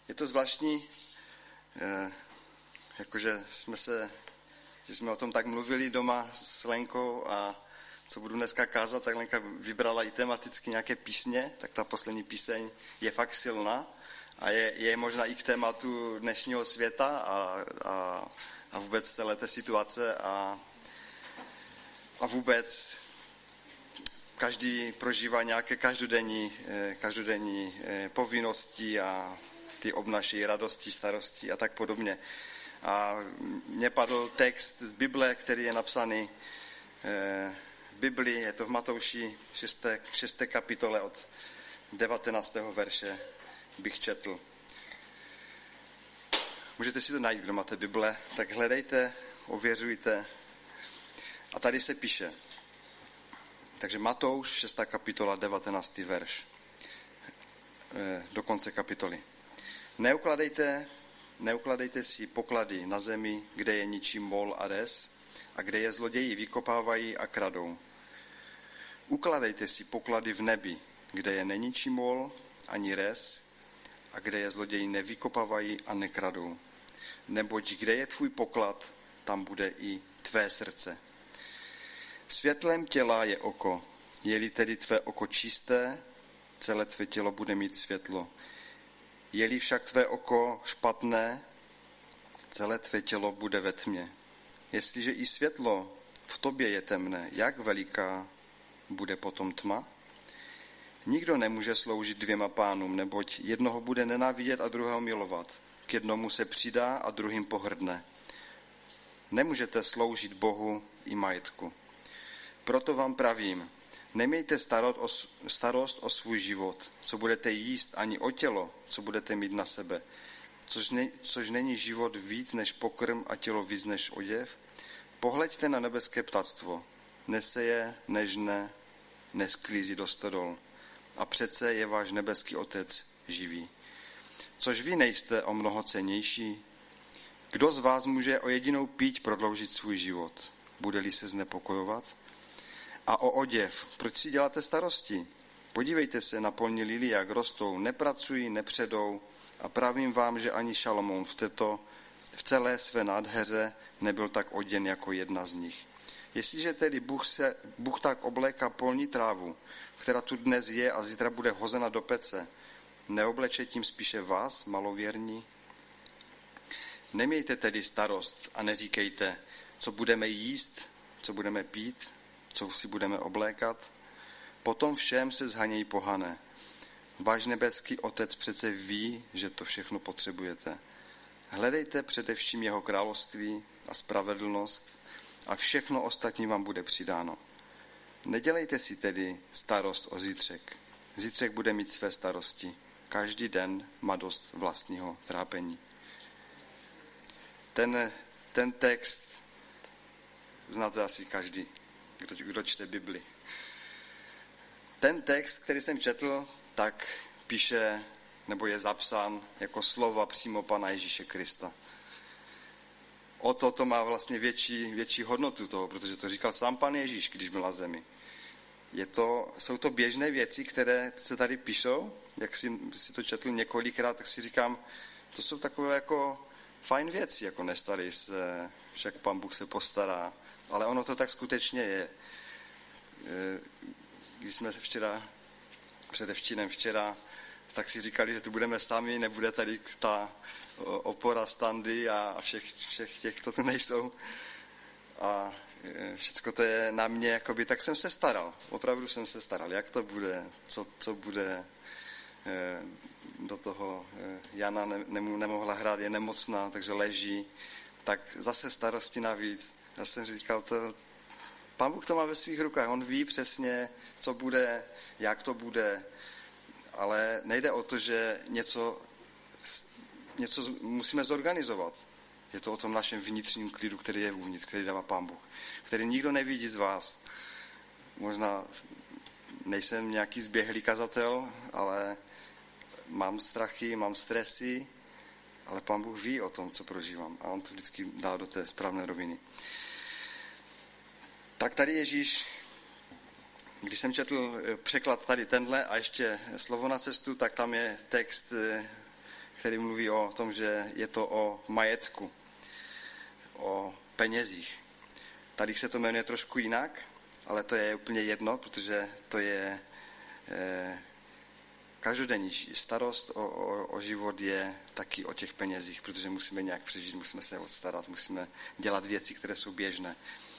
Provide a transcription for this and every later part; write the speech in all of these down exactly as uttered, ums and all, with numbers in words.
Je to zvláštní, eh, jakože jsme se, že jsme o tom tak mluvili doma s Lenkou a co budu dneska kázat, tak Lenka vybrala i tematicky nějaké písně, tak ta poslední píseň je fakt silná a je, je možná i k tématu dnešního světa a, a, a vůbec celé té situace a, a vůbec každý prožívá nějaké každodenní, každodenní povinnosti a ty obnaší radosti, starosti a tak podobně. A mně padl text z Bible, který je napsaný v Bibli, je to v Matouši šesté, šesté kapitole od devatenáctého verše bych četl. Můžete si to najít, kdo máte Bible, tak hledejte, ověřujte. A tady se píše, takže Matouš, šestá kapitola, devatenáctý verš, do konce kapitoly. Neukladejte, neukladejte si poklady na zemi, kde je ničí mol a res, a kde je zloději vykopávají a kradou. Ukladejte si poklady v nebi, kde je neničí mol ani res, a kde je zloději nevykopávají a nekradou. Neboť kde je tvůj poklad, tam bude i tvé srdce. Světlem těla je oko. Je-li tedy tvé oko čisté, celé tvé tělo bude mít světlo. Je-li však tvé oko špatné, celé tvé tělo bude ve tmě. Jestliže i světlo v tobě je temné, jak veliká bude potom tma? Nikdo nemůže sloužit dvěma pánům, neboť jednoho bude nenávidět a druhého milovat. K jednomu se přidá a druhým pohrdne. Nemůžete sloužit Bohu i majetku. Proto vám pravím, nemějte starost o, starost o svůj život, co budete jíst, ani o tělo, co budete mít na sebe. Což, ne, což není život víc než pokrm a tělo víc než oděv. Pohleďte na nebeské ptactvo. Neseje, nežne, nesklízí do stodol. A přece je váš nebeský Otec živý. Což vy nejste o mnoho cennější? Kdo z vás může o jedinou píď prodloužit svůj život? Bude-li se znepokojovat? A o oděv, proč si děláte starosti? Podívejte se na polní lilie, jak rostou, nepracují, nepředou, a pravím vám, že ani Šalomoun v, této, v celé své nádheře nebyl tak oděn jako jedna z nich. Jestliže tedy Bůh, se, Bůh tak obléká polní trávu, která tu dnes je a zítra bude hozena do pece, neobleče tím spíše vás, malověrní? Nemějte tedy starost a neříkejte, co budeme jíst, co budeme pít, co si budeme oblékat. Potom všem se zhanějí pohané. Váš nebeský Otec přece ví, že to všechno potřebujete. Hledejte především jeho království a spravedlnost a všechno ostatní vám bude přidáno. Nedělejte si tedy starost o zítřek. Zítřek bude mít své starosti. Každý den má dost vlastního trápení. Ten, ten text znáte asi každý, kdo, kdo čte Bibli. Ten text, který jsem četl, tak píše, nebo je zapsán jako slova přímo Pana Ježíše Krista. O to to má vlastně větší, větší hodnotu toho, protože to říkal sám Pan Ježíš, když byl na zemi. Je to, jsou to běžné věci, které se tady píšou, jak si, si to četl několikrát, tak si říkám, to jsou takové jako fajn věci, jako nestarej se, však Pan Bůh se postará, ale ono to tak skutečně je. Když jsme se včera, předevčírem včera, tak si říkali, že tu budeme sami, nebude tady ta opora standy a všech, všech těch, co tu nejsou. A všecko to je na mě, jakoby, tak jsem se staral. Opravdu jsem se staral, jak to bude, co, co bude. Do toho Jana ne, nemohla hrát, je nemocná, takže leží. Tak zase starosti navíc. Já jsem říkal, to, Pán Bůh to má ve svých rukách. On ví přesně, co bude, jak to bude. Ale nejde o to, že něco, něco musíme zorganizovat. Je to o tom našem vnitřním klidu, který je uvnitř, který dává Pán Bůh. Který nikdo nevidí z vás. Možná nejsem nějaký zběhlý kazatel, ale mám strachy, mám stresy, ale Pán Bůh ví o tom, co prožívám. A on to vždycky dá do té správné roviny. Tak tady Ježíš, když jsem četl překlad tady tenhle a ještě slovo na cestu, tak tam je text, který mluví o tom, že je to o majetku, o penězích. Tady se to jmenuje trošku jinak, ale to je úplně jedno, protože to je eh, každodenní starost o, o, o život je taky o těch penězích, protože musíme nějak přežít, musíme se odstarat, musíme dělat věci, které jsou běžné.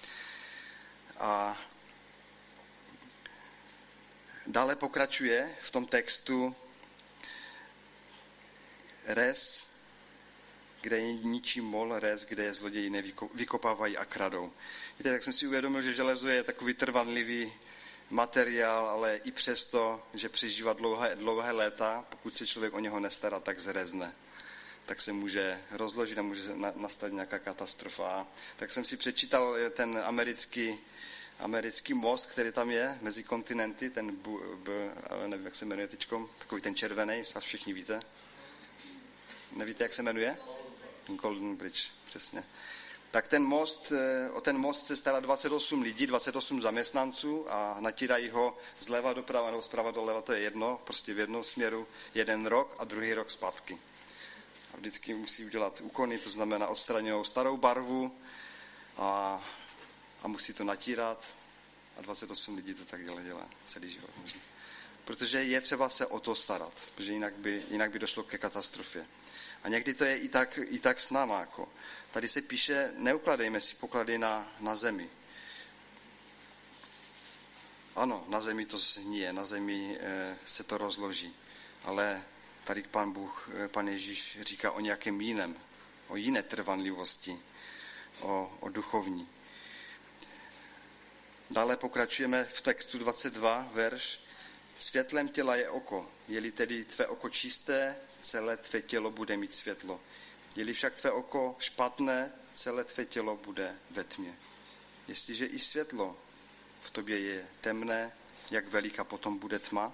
A dále pokračuje v tom textu res, kde je ničí mol, res, kde je zloději nevykopávají a kradou. Víte, tak jsem si uvědomil, že železo je takový trvanlivý materiál, ale i přesto, že přežívá dlouhé, dlouhé léta, pokud se člověk o něho nestará, tak zrezne. Tak se může rozložit a může nastat nějaká katastrofa. Tak jsem si přečítal ten americký, americký most, který tam je mezi kontinenty, ten, bu, b, nevím, jak se jmenuje teďkom, takový ten červený, vás všichni víte. Nevíte, jak se jmenuje? Golden Bridge, přesně. Tak ten most, o ten most se stará dvacet osm lidí, dvacet osm zaměstnanců a natírají ho zleva doprava nebo zprava doleva, to je jedno, prostě v jednom směru jeden rok a druhý rok zpátky. A vždycky musí udělat úkony, to znamená odstraňují starou barvu a, a musí to natírat a dvacet osm lidí to tak dělá, dělá celý život. Protože je třeba se o to starat, protože jinak by, jinak by došlo ke katastrofě. A někdy to je i tak, i tak s náma. Jako. Tady se píše, neukladejme si poklady na, na zemi. Ano, na zemi to zhníje, na zemi e, se to rozloží. Ale tady Pán Bůh, Pán Ježíš říká o nějakém jiném, o jiné trvanlivosti, o, o duchovní. Dále pokračujeme v textu dvacet dva, verš. Světlem těla je oko, je-li tedy tvé oko čisté, celé tvé tělo bude mít světlo. Je-li však tvé oko špatné, celé tvé tělo bude ve tmě. Jestliže i světlo v tobě je temné, jak veliká potom bude tma?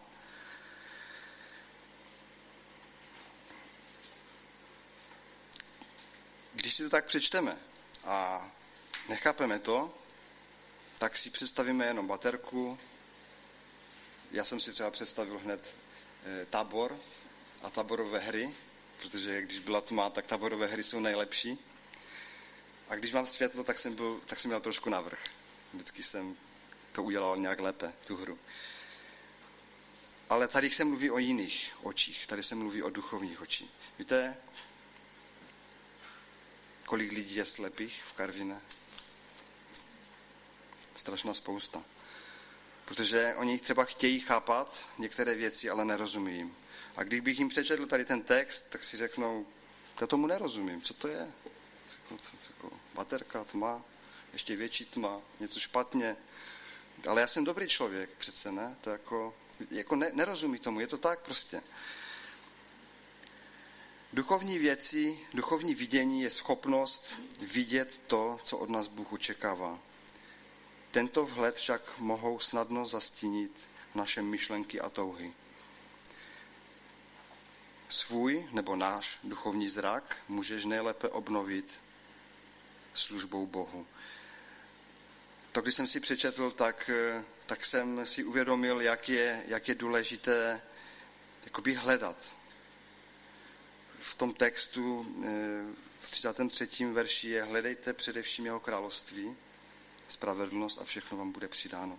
Když si to tak přečteme a nechápeme to, tak si představíme jenom baterku. Já jsem si třeba představil hned e, tábor a táborové hry, protože když byla tma, tak táborové hry jsou nejlepší. A když mám světlo, tak jsem, byl, tak jsem měl trošku navrch. Vždycky jsem to udělal nějak lépe, tu hru. Ale tady se mluví o jiných očích, tady se mluví o duchovních očích. Víte, kolik lidí je slepých v Karviné? Strašná spousta. Protože oni třeba chtějí chápat některé věci, ale nerozumí jim. A kdybych jim přečetl tady ten text, tak si řeknou, já tomu nerozumím, co to je? Baterka, tma, ještě větší tma, něco špatně. Ale já jsem dobrý člověk, přece ne? To jako, jako ne, nerozumí tomu, je to tak prostě. Duchovní věci, duchovní vidění je schopnost vidět to, co od nás Bůh očekává. Tento vhled však mohou snadno zastínit naše myšlenky a touhy. Svůj nebo náš duchovní zrak můžeš nejlépe obnovit službou Bohu. To, když jsem si přečetl, tak, tak jsem si uvědomil, jak je, jak je důležité jakoby hledat. V tom textu v třicátém třetím verši je hledejte především jeho království, spravedlnost a všechno vám bude přidáno.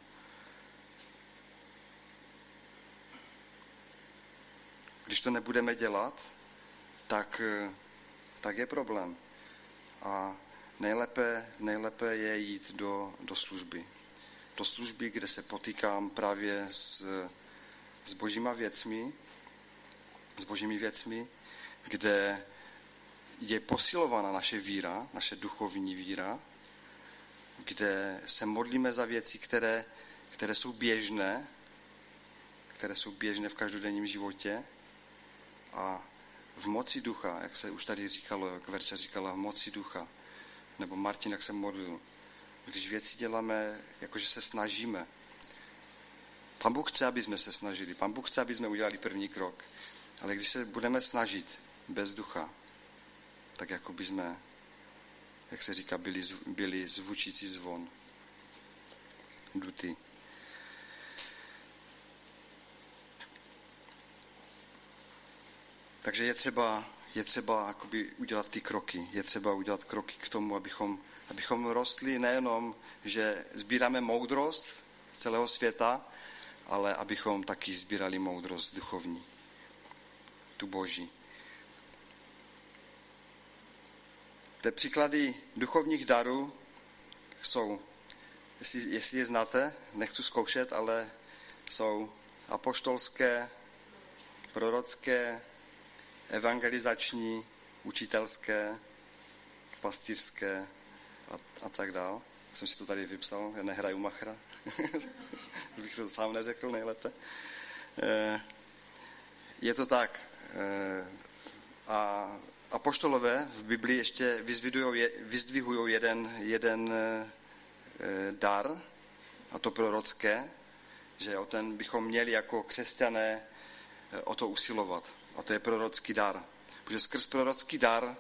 Když to nebudeme dělat, tak, tak je problém. A nejlépe, nejlépe je jít do, do služby. Do služby, kde se potýkám právě s, s božíma věcmi, s božími věcmi, kde je posilována naše víra, naše duchovní víra, kde se modlíme za věci, které, které jsou běžné, které jsou běžné v každodenním životě a v moci ducha, jak se už tady říkalo, jak Verča říkala, v moci ducha, nebo Martin, jak se modlil. Když věci děláme, jakože se snažíme. Pán Bůh chce, aby jsme se snažili. Pán Bůh chce, aby jsme udělali první krok. Ale když se budeme snažit bez ducha, tak jako by jsme, jak se říká, byli, byli zvučící zvon. Duty. Takže je třeba je třeba jakoby udělat ty kroky. Je třeba udělat kroky k tomu, abychom, abychom rostli nejenom, že sbíráme moudrost celého světa, ale abychom taky sbírali moudrost duchovní, tu Boží. Ty příklady duchovních darů jsou, jestli, jestli je znáte, nechci zkoušet, ale jsou apoštolské, prorocké, evangelizační, učitelské, pastýřské a, a tak dál. Jsem si to tady vypsal, já nehraju machra, bych to sám neřekl nejlépe. Je to tak. A apoštolové v Biblii ještě vyzdvihují jeden, jeden dar, a to prorocké, že o ten bychom měli jako křesťané o to usilovat. A to je prorocký dar. Protože skrz prorocký dar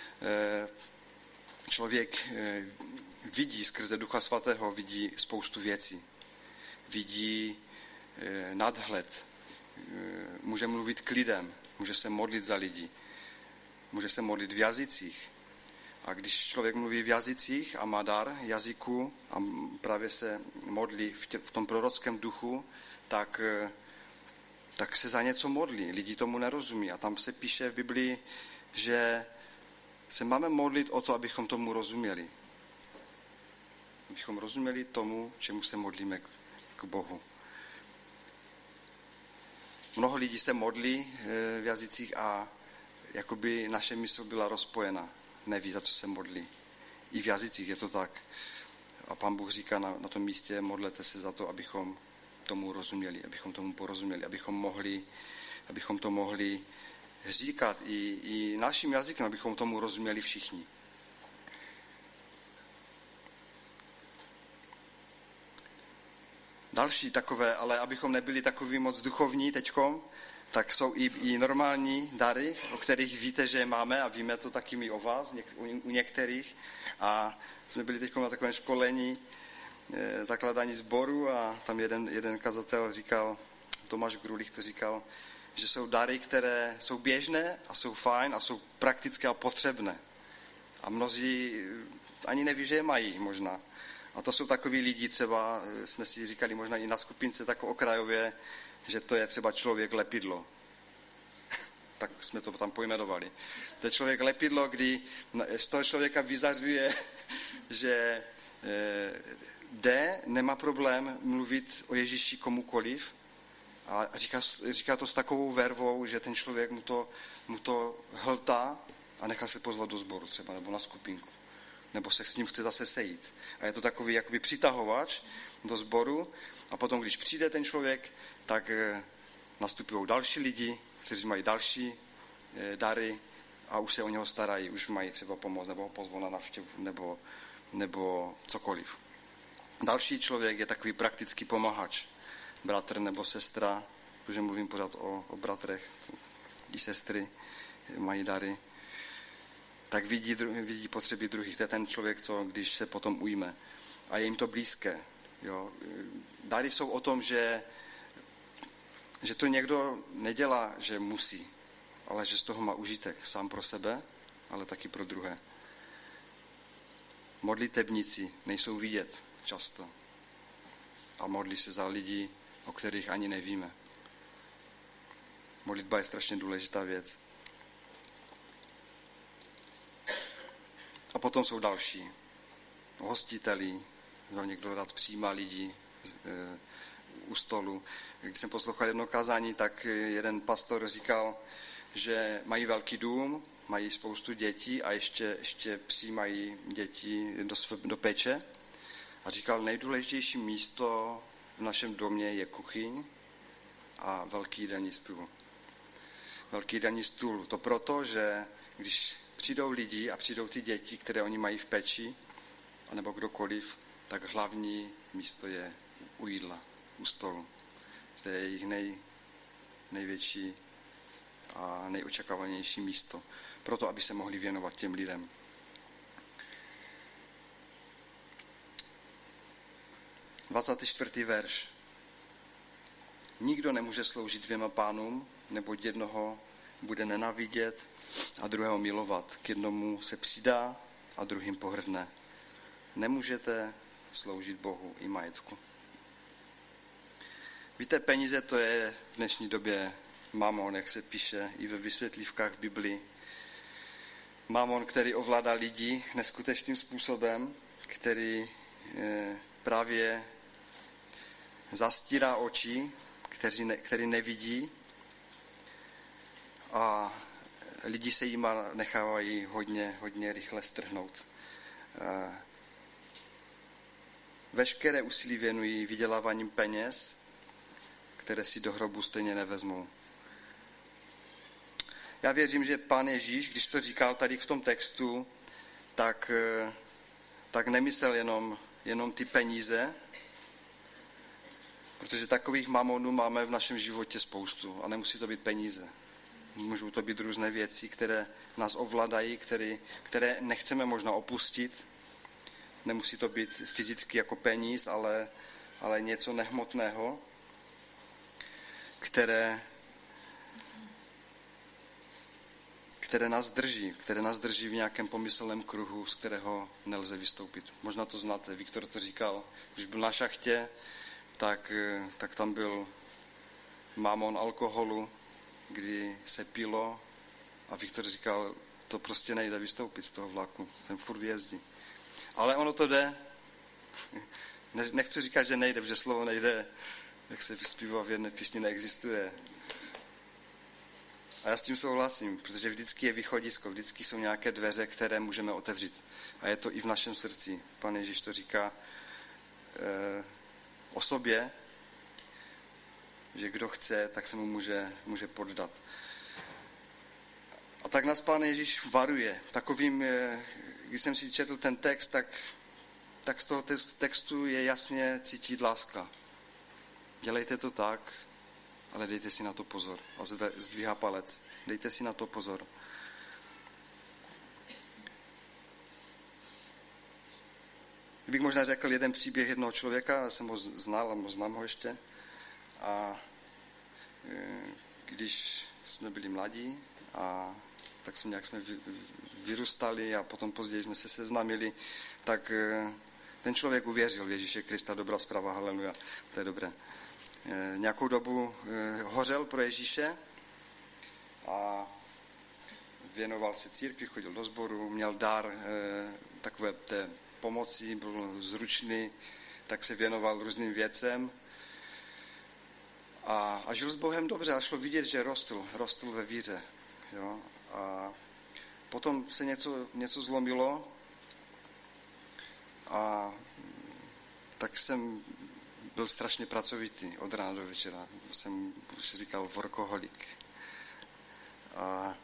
člověk vidí, skrze Ducha Svatého vidí spoustu věcí. Vidí nadhled. Může mluvit k lidem. Může se modlit za lidi. Může se modlit v jazycích. A když člověk mluví v jazycích a má dar jazyku a právě se modlí v, tě, v tom prorockém duchu, tak, tak se za něco modlí. Lidi tomu nerozumí. A tam se píše v Biblii, že se máme modlit o to, abychom tomu rozuměli. Abychom rozuměli tomu, čemu se modlíme k, k Bohu. Mnoho lidí se modlí v jazycích a jakoby naše mysl byla rozpojena. Neví, za co se modlí. I v jazycích je to tak. A Pán Bůh říká na, na tom místě, modlete se za to, abychom tomu rozuměli, abychom tomu porozuměli, abychom mohli, abychom to mohli říkat i, i naším jazykem, abychom tomu rozuměli všichni. Další takové, ale abychom nebyli takový moc duchovní teďkom, tak jsou i, i normální dary, o kterých víte, že je máme a víme to taky my o vás, něk, u, u některých. A jsme byli teď na takovém školení e, zakladání sboru a tam jeden, jeden kazatel říkal, Tomáš Grulich to říkal, že jsou dary, které jsou běžné a jsou fajn a jsou praktické a potřebné. A mnozí ani neví, že je mají možná. A to jsou takoví lidi, třeba jsme si říkali možná i na skupince tak okrajově, že to je třeba člověk lepidlo. Tak jsme to tam pojmenovali. To je člověk lepidlo, kdy z toho člověka vyzařuje, že jde, nemá problém mluvit o Ježíši komukoliv a říká, říká to s takovou vervou, že ten člověk mu to, mu to hltá a nechá se pozvat do sboru třeba, nebo na skupinku. Nebo se s ním chce zase sejít. A je to takový jakoby přitahovač do sboru a potom, když přijde ten člověk, tak nastupují další lidi, kteří mají další dary a už se o něho starají, už mají třeba pomoc nebo ho pozvou na návštěvu nebo, nebo cokoliv. Další člověk je takový praktický pomahač, bratr nebo sestra, protože mluvím pořád o, o bratrech, i sestry mají dary, tak vidí, vidí potřeby druhých. To je ten člověk, co když se potom ujme. A je jim to blízké. Jo. Dary jsou o tom, že, že to někdo nedělá, že musí, ale že z toho má užitek sám pro sebe, ale taky pro druhé. Modlitebníci nejsou vidět často. A modlí se za lidi, o kterých ani nevíme. Modlitba je strašně důležitá věc. A potom jsou další. Hostitelí, někdo rád přijímá lidi e, u stolu. Když jsem poslouchal jedno kázání, tak jeden pastor říkal, že mají velký dům, mají spoustu dětí a ještě, ještě přijímají děti do, své, do péče. A říkal, nejdůležitější místo v našem domě je kuchyň a velký jídelní stůl. Velký jídelní stůl. To proto, že když přijdou lidi a přijdou ty děti, které oni mají v péči, anebo kdokoliv, tak hlavní místo je u jídla, u stolu. To je jejich nej, největší a nejočekávanější místo. Proto, aby se mohli věnovat těm lidem. dvacátý čtvrtý verš. Nikdo nemůže sloužit dvěma pánům, neboť jednoho bude nenávidět a druhého milovat. K jednomu se přidá a druhým pohrdne. Nemůžete sloužit Bohu i majetku. Víte, peníze to je v dnešní době mamon, jak se píše i ve vysvětlivkách v Biblii. Mamon, který ovládá lidi neskutečným způsobem, který eh, právě zastírá oči, který, ne, který nevidí a lidi se jima nechávají hodně, hodně rychle strhnout. Eh, veškeré úsilí věnují vyděláváním peněz, které si do hrobu stejně nevezmou. Já věřím, že Pán Ježíš, když to říkal tady v tom textu, tak, tak nemyslel jenom, jenom ty peníze, protože takových mamonů máme v našem životě spoustu a nemusí to být peníze. Můžou to být různé věci, které nás ovládají, které, které nechceme možná opustit. Nemusí to být fyzicky jako peníz, ale, ale něco nehmotného, které, které nás drží, které nás drží v nějakém pomyslném kruhu, z kterého nelze vystoupit. Možná to znáte, Viktor to říkal, když byl na šachtě, tak, tak tam byl mamon alkoholu, kdy se pilo a Viktor říkal, to prostě nejde vystoupit z toho vlaku, ten furt jezdí. Ale ono to jde. Nechci říkat, že nejde, protože slovo nejde, jak se vyspívá v jedné písni, neexistuje. A já s tím souhlasím, protože vždycky je východisko, vždycky jsou nějaké dveře, které můžeme otevřít. A je to i v našem srdci. Pan Ježíš to říká e, o sobě, že kdo chce, tak se mu může, může poddat. A tak nás Pán Ježíš varuje. Takovým, když jsem si četl ten text, tak, tak z toho textu je jasně cítit láska. Dělejte to tak, ale dejte si na to pozor. A zdvíhá palec. Dejte si na to pozor. Kdybych možná řekl jeden příběh jednoho člověka, já jsem ho znal a znám ho ještě. A když jsme byli mladí, a tak jsme nějak jsme vyrůstali a potom později jsme se seznámili, tak ten člověk uvěřil v Ježíše Krista, dobrá zpráva, haleluja, to je dobré. Nějakou dobu hořel pro Ježíše a věnoval se církvi, chodil do sboru, měl dar takové té pomoci, byl zručný, tak se věnoval různým věcem a, a žil s Bohem dobře a šlo vidět, že rostl, rostl ve víře. Jo? A potom se něco, něco zlomilo a tak jsem byl strašně pracovitý od rána do večera. Jsem už říkal workoholik. A,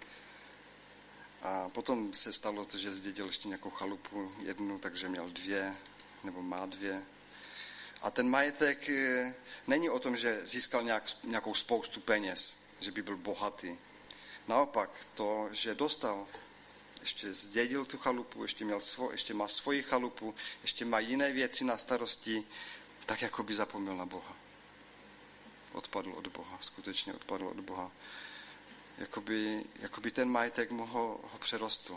a potom se stalo to, že zdědil ještě nějakou chalupu jednu, takže měl dvě, nebo má dvě. A ten majetek není o tom, že získal nějak, nějakou spoustu peněz, že by byl bohatý. Naopak, to, že dostal, ještě zdědil tu chalupu, ještě, měl svo, ještě má svoji chalupu, ještě má jiné věci na starosti, tak jako by zapomněl na Boha. Odpadl od Boha, skutečně odpadl od Boha. Jakoby, jakoby ten majetek mu ho, ho přerostl.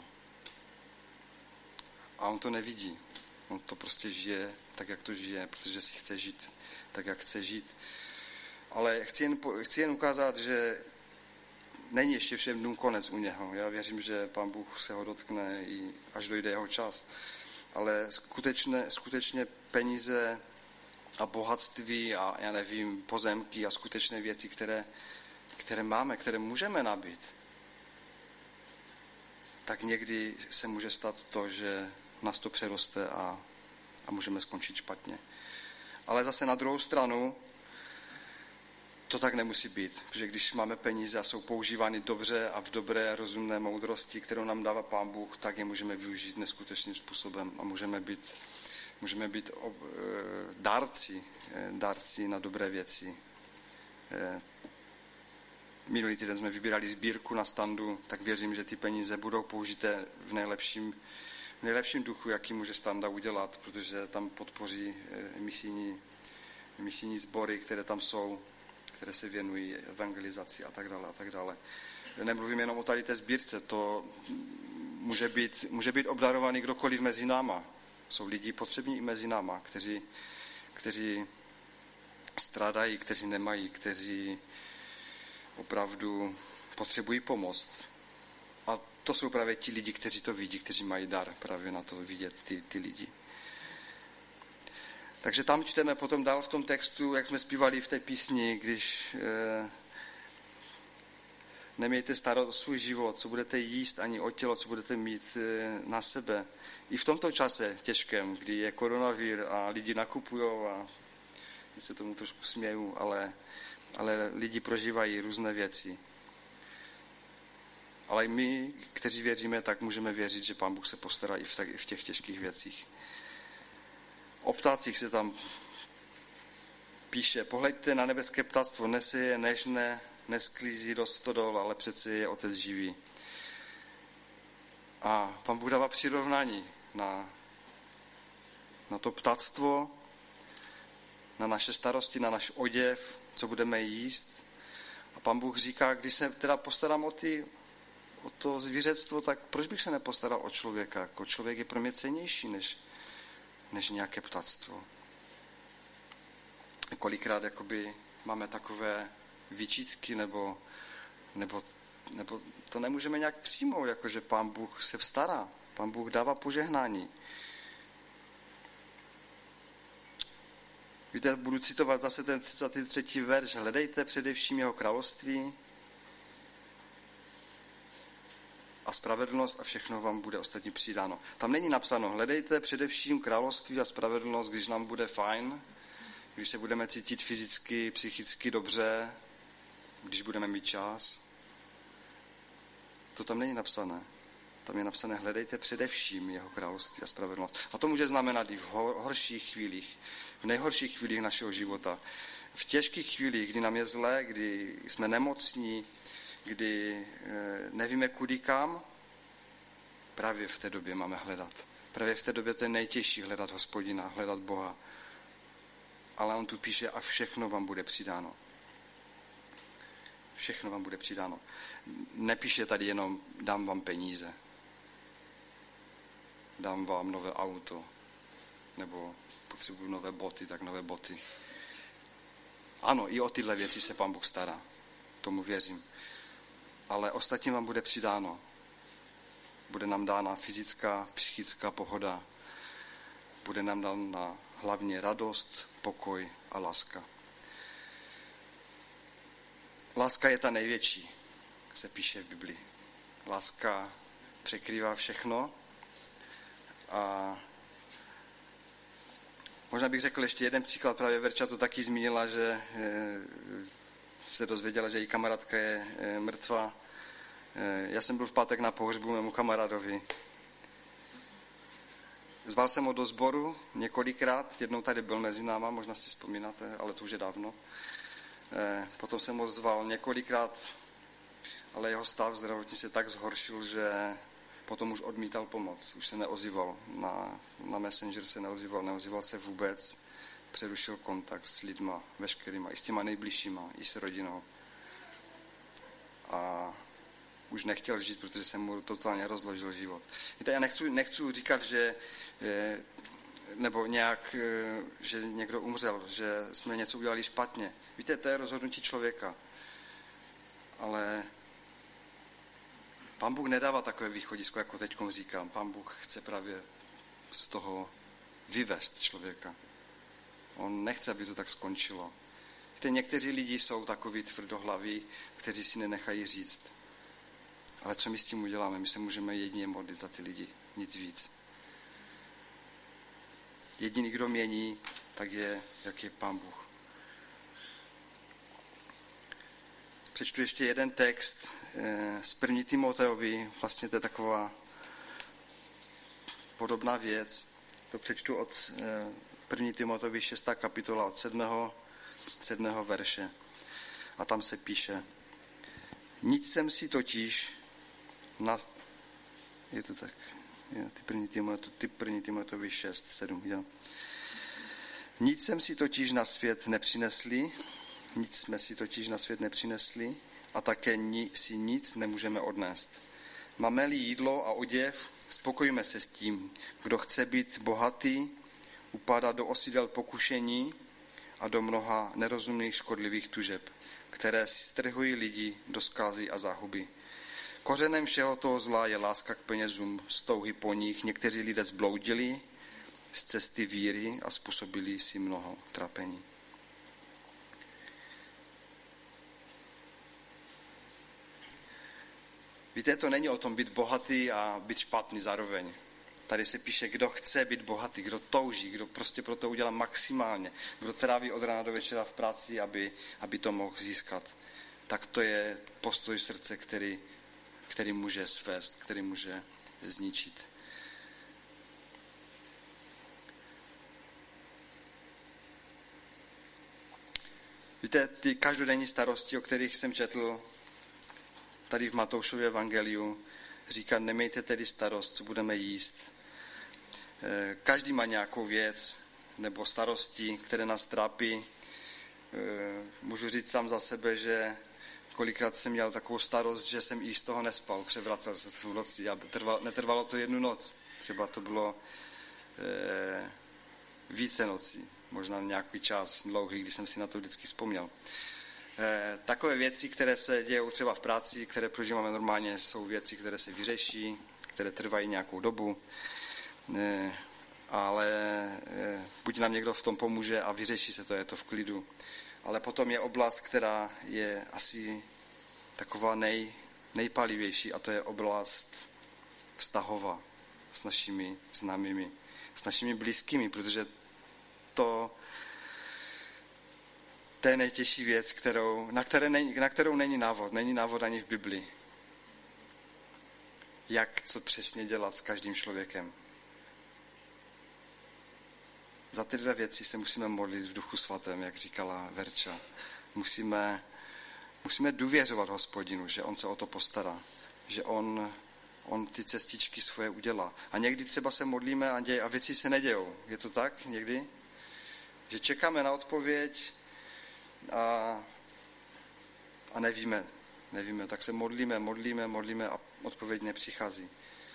A on to nevidí. On to prostě žije tak, jak to žije, protože si chce žít tak, jak chce žít. Ale chci jen, chci jen ukázat, že není ještě všem dnům konec u něho. Já věřím, že Pán Bůh se ho dotkne, i až dojde jeho čas. Ale skutečně, skutečně peníze a bohatství a já nevím, pozemky a skutečné věci, které, které máme, které můžeme nabít, tak někdy se může stát to, že nás to přeroste a, a můžeme skončit špatně. Ale zase na druhou stranu to tak nemusí být, protože když máme peníze a jsou používány dobře a v dobré rozumné moudrosti, kterou nám dává Pán Bůh, tak je můžeme využít neskutečným způsobem a můžeme být, můžeme být ob, dárci, dárci na dobré věci. Minulý týden jsme vybírali sbírku na standu, tak věřím, že ty peníze budou použité v nejlepším, v nejlepším duchu, jaký může standa udělat, protože tam podpoří misijní, misijní sbory, které tam jsou, které se věnují evangelizaci a tak dále a tak dále. nemluvím jenom o tady té sbírce, to může být, může být obdarovaný kdokoliv mezi náma. Jsou lidi potřební i mezi náma, kteří, kteří strádají, kteří nemají, kteří opravdu potřebují pomoc. A to jsou právě ti lidi, kteří to vidí, kteří mají dar právě na to vidět ty, ty lidi. Takže tam čteme potom dál v tom textu, jak jsme zpívali v té písni, když eh, nemějte starost o svůj život, co budete jíst, ani o tělo, co budete mít eh, na sebe. I v tomto čase těžkém, kdy je koronavír a lidi nakupujou a se tomu trošku směju, ale, ale lidi prožívají různé věci. Ale i my, kteří věříme, tak můžeme věřit, že Pán Bůh se postará i v, tak, i v těch těžkých věcích. O ptácích se tam píše, pohleďte na nebeské ptactvo, neseje, nežne, nesklízí do stodol, ale přece je Otec živý. A Pán Bůh dává přirovnání na, na to ptactvo, na naše starosti, na náš oděv, co budeme jíst. A Pán Bůh říká, když se teda postarám o, ty, o to zvířectvo, tak proč bych se nepostaral o člověka? Jako člověk je pro mě cennější než, než nějaké ptactvo. Kolikrát jakoby máme takové výčitky, nebo, nebo, nebo to nemůžeme nějak přijmout, jako že Pán Bůh se stará. Pán Bůh dává požehnání. Víte, budu citovat zase ten třicátý třetí verš. Hledejte především jeho království a spravedlnost a všechno vám bude ostatní přidáno. Tam není napsáno, hledejte především království a spravedlnost, když nám bude fajn, když se budeme cítit fyzicky, psychicky dobře, když budeme mít čas. To tam není napsané. Tam je napsané, hledejte především jeho království a spravedlnost. A to může znamenat i v horších chvílích, v nejhorších chvílích našeho života. V těžkých chvílích, kdy nám je zlé, kdy jsme nemocní, kdy nevíme kudy kam, právě v té době máme hledat. Právě v té době to je nejtěžší hledat Hospodina, hledat Boha. Ale on tu píše, a všechno vám bude přidáno. Všechno vám bude přidáno. Nepíše tady jenom, dám vám peníze. Dám vám nové auto. Nebo potřebuju nové boty, tak nové boty. Ano, i o tyhle věci se Pán Bůh stará. Tomu věřím. Ale ostatním vám bude přidáno. Bude nám dána fyzická, psychická pohoda. Bude nám dána hlavně radost, pokoj a láska. Láska je ta největší, se píše v Biblii. Láska překrývá všechno. A možná bych řekl ještě jeden příklad, právě Verča to taky zmínila, že se dozvěděla, že její kamarádka je mrtvá. Já jsem byl v pátek na pohřbu mému kamarádovi. Zval jsem ho do sboru několikrát, jednou tady byl mezi náma, možná si vzpomínáte, ale to už je dávno. Potom jsem ho zval několikrát, ale jeho stav zdravotní se tak zhoršil, že potom už odmítal pomoc, už se neozýval, na, na Messenger se neozýval, neozýval se vůbec, přerušil kontakt s lidma veškerýma, i s těma nejbližšíma, i s rodinou. A už nechtěl žít, protože jsem mu totálně rozložil život. Víte, já nechci, nechci říkat, že nebo nějak, že někdo umřel, že jsme něco udělali špatně. Víte, to je rozhodnutí člověka. Ale Pán Bůh nedává takové východisko, jako teďkom říkám. Pán Bůh chce právě z toho vyvést člověka. On nechce, aby to tak skončilo. Víte, někteří lidi jsou takový tvrdohlaví, kteří si nenechají říct. Ale co my s tím uděláme? My se můžeme jedině modlit za ty lidi, nic víc. Jediný, kdo mění, tak je, jak je Pán Bůh. Přečtu ještě jeden text z první Timoteovi, vlastně to je taková podobná věc. To přečtu od první Timoteovi šestá kapitola od sedmého, sedmého verše. A tam se píše, nic jsem si totiž na... Je to tak... Je, ty první Timoteovi, ty první Timoteovi šest, sedm, jo. Nic jsem si totiž na svět nepřinesli, nic jsme si totiž na svět nepřinesli, a také si nic nemůžeme odnést. Máme-li jídlo a oděv, spokojíme se s tím. Kdo chce být bohatý, upadá do osidel pokušení a do mnoha nerozumných škodlivých tužeb, které si strhují lidi do zkázy a záhuby. Kořenem všeho toho zla je láska k penězům, z touhy po nich. Někteří lidé zbloudili z cesty víry a způsobili si mnoho trápení. Víte, to není o tom být bohatý a být špatný zároveň. Tady se píše, kdo chce být bohatý, kdo touží, kdo prostě pro to udělá maximálně, kdo tráví od rána do večera v práci, aby, aby to mohl získat. Tak to je postoj srdce, který, který může svést, který může zničit. Víte, ty každodenní starosti, o kterých jsem četl tady v Matoušově evangeliu, říká, nemějte tedy starost, co budeme jíst. Každý má nějakou věc nebo starosti, které nás trápí. Můžu říct sám za sebe, že kolikrát jsem měl takovou starost, že jsem i z toho nespal, převracel se v noci a trvalo, netrvalo to jednu noc. Třeba to bylo eh, více nocí, možná nějaký čas dlouhý, kdy jsem si na to vždycky vzpomněl. Eh, takové věci, které se dějí třeba v práci, které prožíváme normálně, jsou věci, které se vyřeší, které trvají nějakou dobu, eh, ale eh, buď nám někdo v tom pomůže a vyřeší se to, je to v klidu. Ale potom je oblast, která je asi taková nej, nejpalivější, a to je oblast vztahová s našimi známými, s našimi blízkými, protože to, to je nejtěžší věc, kterou, na, které není, na kterou není návod. Není návod ani v Biblii. Jak co přesně dělat s každým člověkem. Za ty dvě věci se musíme modlit v Duchu svatém, jak říkala Verča. Musíme, musíme důvěřovat Hospodinu, že on se o to postará, že on, on ty cestičky svoje udělá. A někdy třeba se modlíme a, děj, a věci se nedějou. Je to tak někdy? Že čekáme na odpověď a, a nevíme, nevíme. Tak se modlíme, modlíme, modlíme a odpověď nepřichází.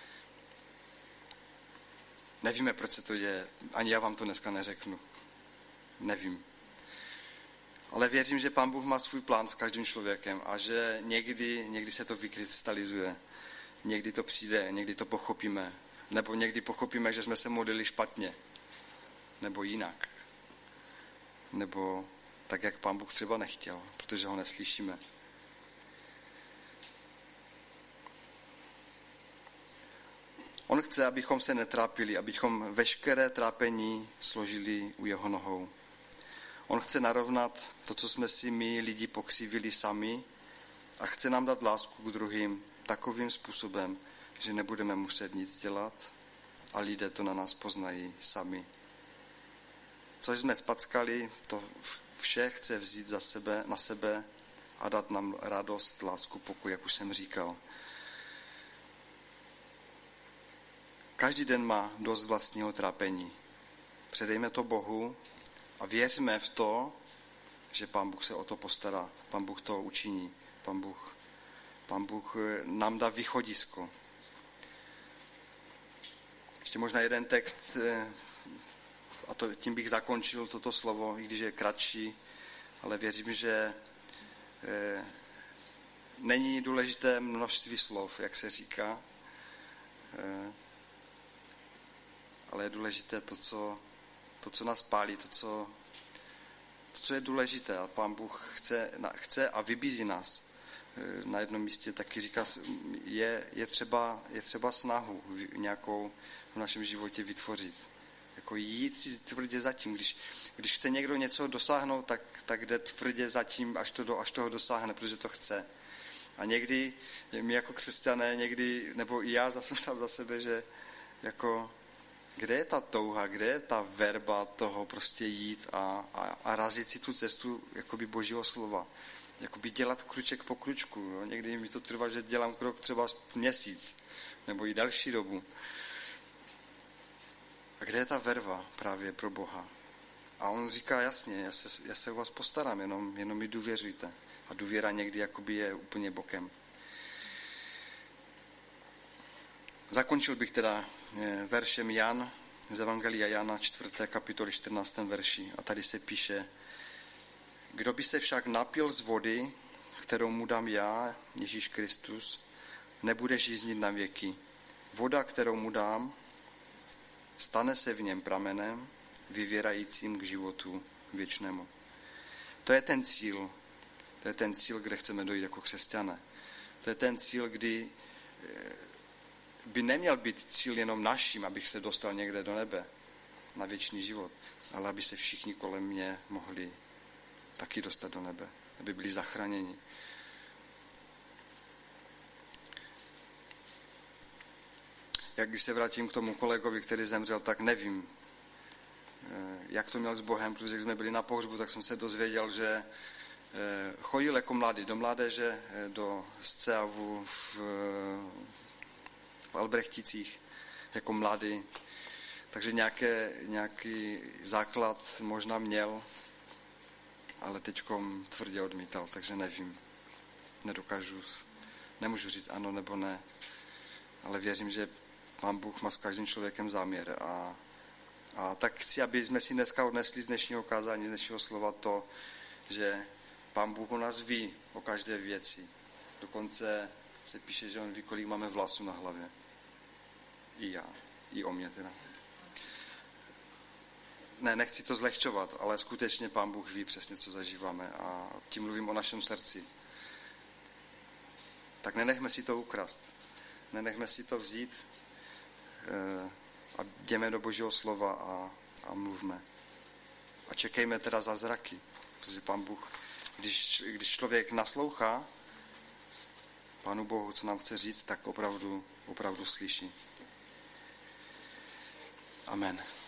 Nevíme, proč se to děje. Ani já vám to dneska neřeknu. Nevím. Ale věřím, že Pán Bůh má svůj plán s každým člověkem a že někdy, někdy se to vykrystalizuje. Někdy to přijde, někdy to pochopíme. Nebo někdy pochopíme, že jsme se modlili špatně. Nebo jinak. Nebo tak, jak Pán Bůh třeba nechtěl, protože ho neslyšíme. On chce, abychom se netrápili, abychom veškeré trápení složili u jeho nohou. On chce narovnat to, co jsme si my lidi pokřivili sami, a chce nám dát lásku k druhým takovým způsobem, že nebudeme muset nic dělat a lidé to na nás poznají sami. Co jsme spackali, to vše chce vzít za sebe, na sebe a dát nám radost, lásku, pokoj, jak už jsem říkal. Každý den má dost vlastního trápení. Předejme to Bohu a věřme v to, že Pán Bůh se o to postará. Pán Bůh to učiní. Pán Bůh, Pán Bůh nám dá východisko. Ještě možná jeden text, a to, tím bych zakončil toto slovo, i když je kratší, ale věřím, že eh, není důležité množství slov, jak se říká, eh, ale je důležité to, co, to, co nás pálí, to co, to, co je důležité. A Pán Bůh chce, chce a vybízí nás. Na jednom místě taky říká, je, je, třeba, je třeba snahu nějakou v našem životě vytvořit. Jako jít si tvrdě zatím. Když, když chce někdo něco dosáhnout, tak, tak jde tvrdě zatím, až, to do, až toho dosáhne, protože to chce. A někdy, my jako křesťané, někdy, nebo i já zase sám za sebe, že jako kde je ta touha, kde je ta verba toho prostě jít a, a, a razit si tu cestu jakoby Božího slova. Jakoby dělat kruček po kručku. Jo? Někdy mi to trvá, že dělám krok třeba měsíc nebo i další dobu. A kde je ta verva právě pro Boha? A on říká jasně, já se, já se o vás postarám, jenom, jenom mi důvěřujte. a důvěra někdy jakoby je úplně bokem. Zakončil bych teda veršem Jan, z Evangelia Jana, čtvrté kapitoly, čtrnáctém verši. A tady se píše: Kdo by se však napil z vody, kterou mu dám já, Ježíš Kristus, nebude žíznit na věky. Voda, kterou mu dám, stane se v něm pramenem, vyvěrajícím k životu věčnému. To je ten cíl. To je ten cíl, kde chceme dojít jako křesťané. To je ten cíl, kdy by neměl být cíl jenom naším, abych se dostal někde do nebe na věčný život, ale aby se všichni kolem mě mohli taky dostat do nebe, aby byli zachráněni. Jak když se vrátím k tomu kolegovi, který zemřel, tak nevím, jak to měl s Bohem, protože když jsme byli na pohřbu, tak jsem se dozvěděl, že chodil jako mladý do mládeže, do scéavu v, v Albrechticích jako mladý, takže nějaké, nějaký základ možná měl, ale teďkom tvrdě odmítal, takže nevím, nedokážu, nemůžu říct ano nebo ne, ale věřím, že Pán Bůh má s každým člověkem záměr a, a tak chci, aby jsme si dneska odnesli z dnešního kázání, z dnešního slova to, že Pán Bůh o nás ví o každé věci. Dokonce se píše, že on ví, kolik máme vlasů na hlavě. I já, i o mě teda. Ne, nechci to zlehčovat, ale skutečně Pán Bůh ví přesně, co zažíváme a tím mluvím o našem srdci. Tak nenechme si to ukrast. Nenechme si to vzít a jdeme do Božího slova a, a mluvme. A čekejme teda zázraky, protože Pán Bůh, když, když člověk naslouchá Pánu Bohu, co nám chce říct, tak opravdu, opravdu slyší. Amen.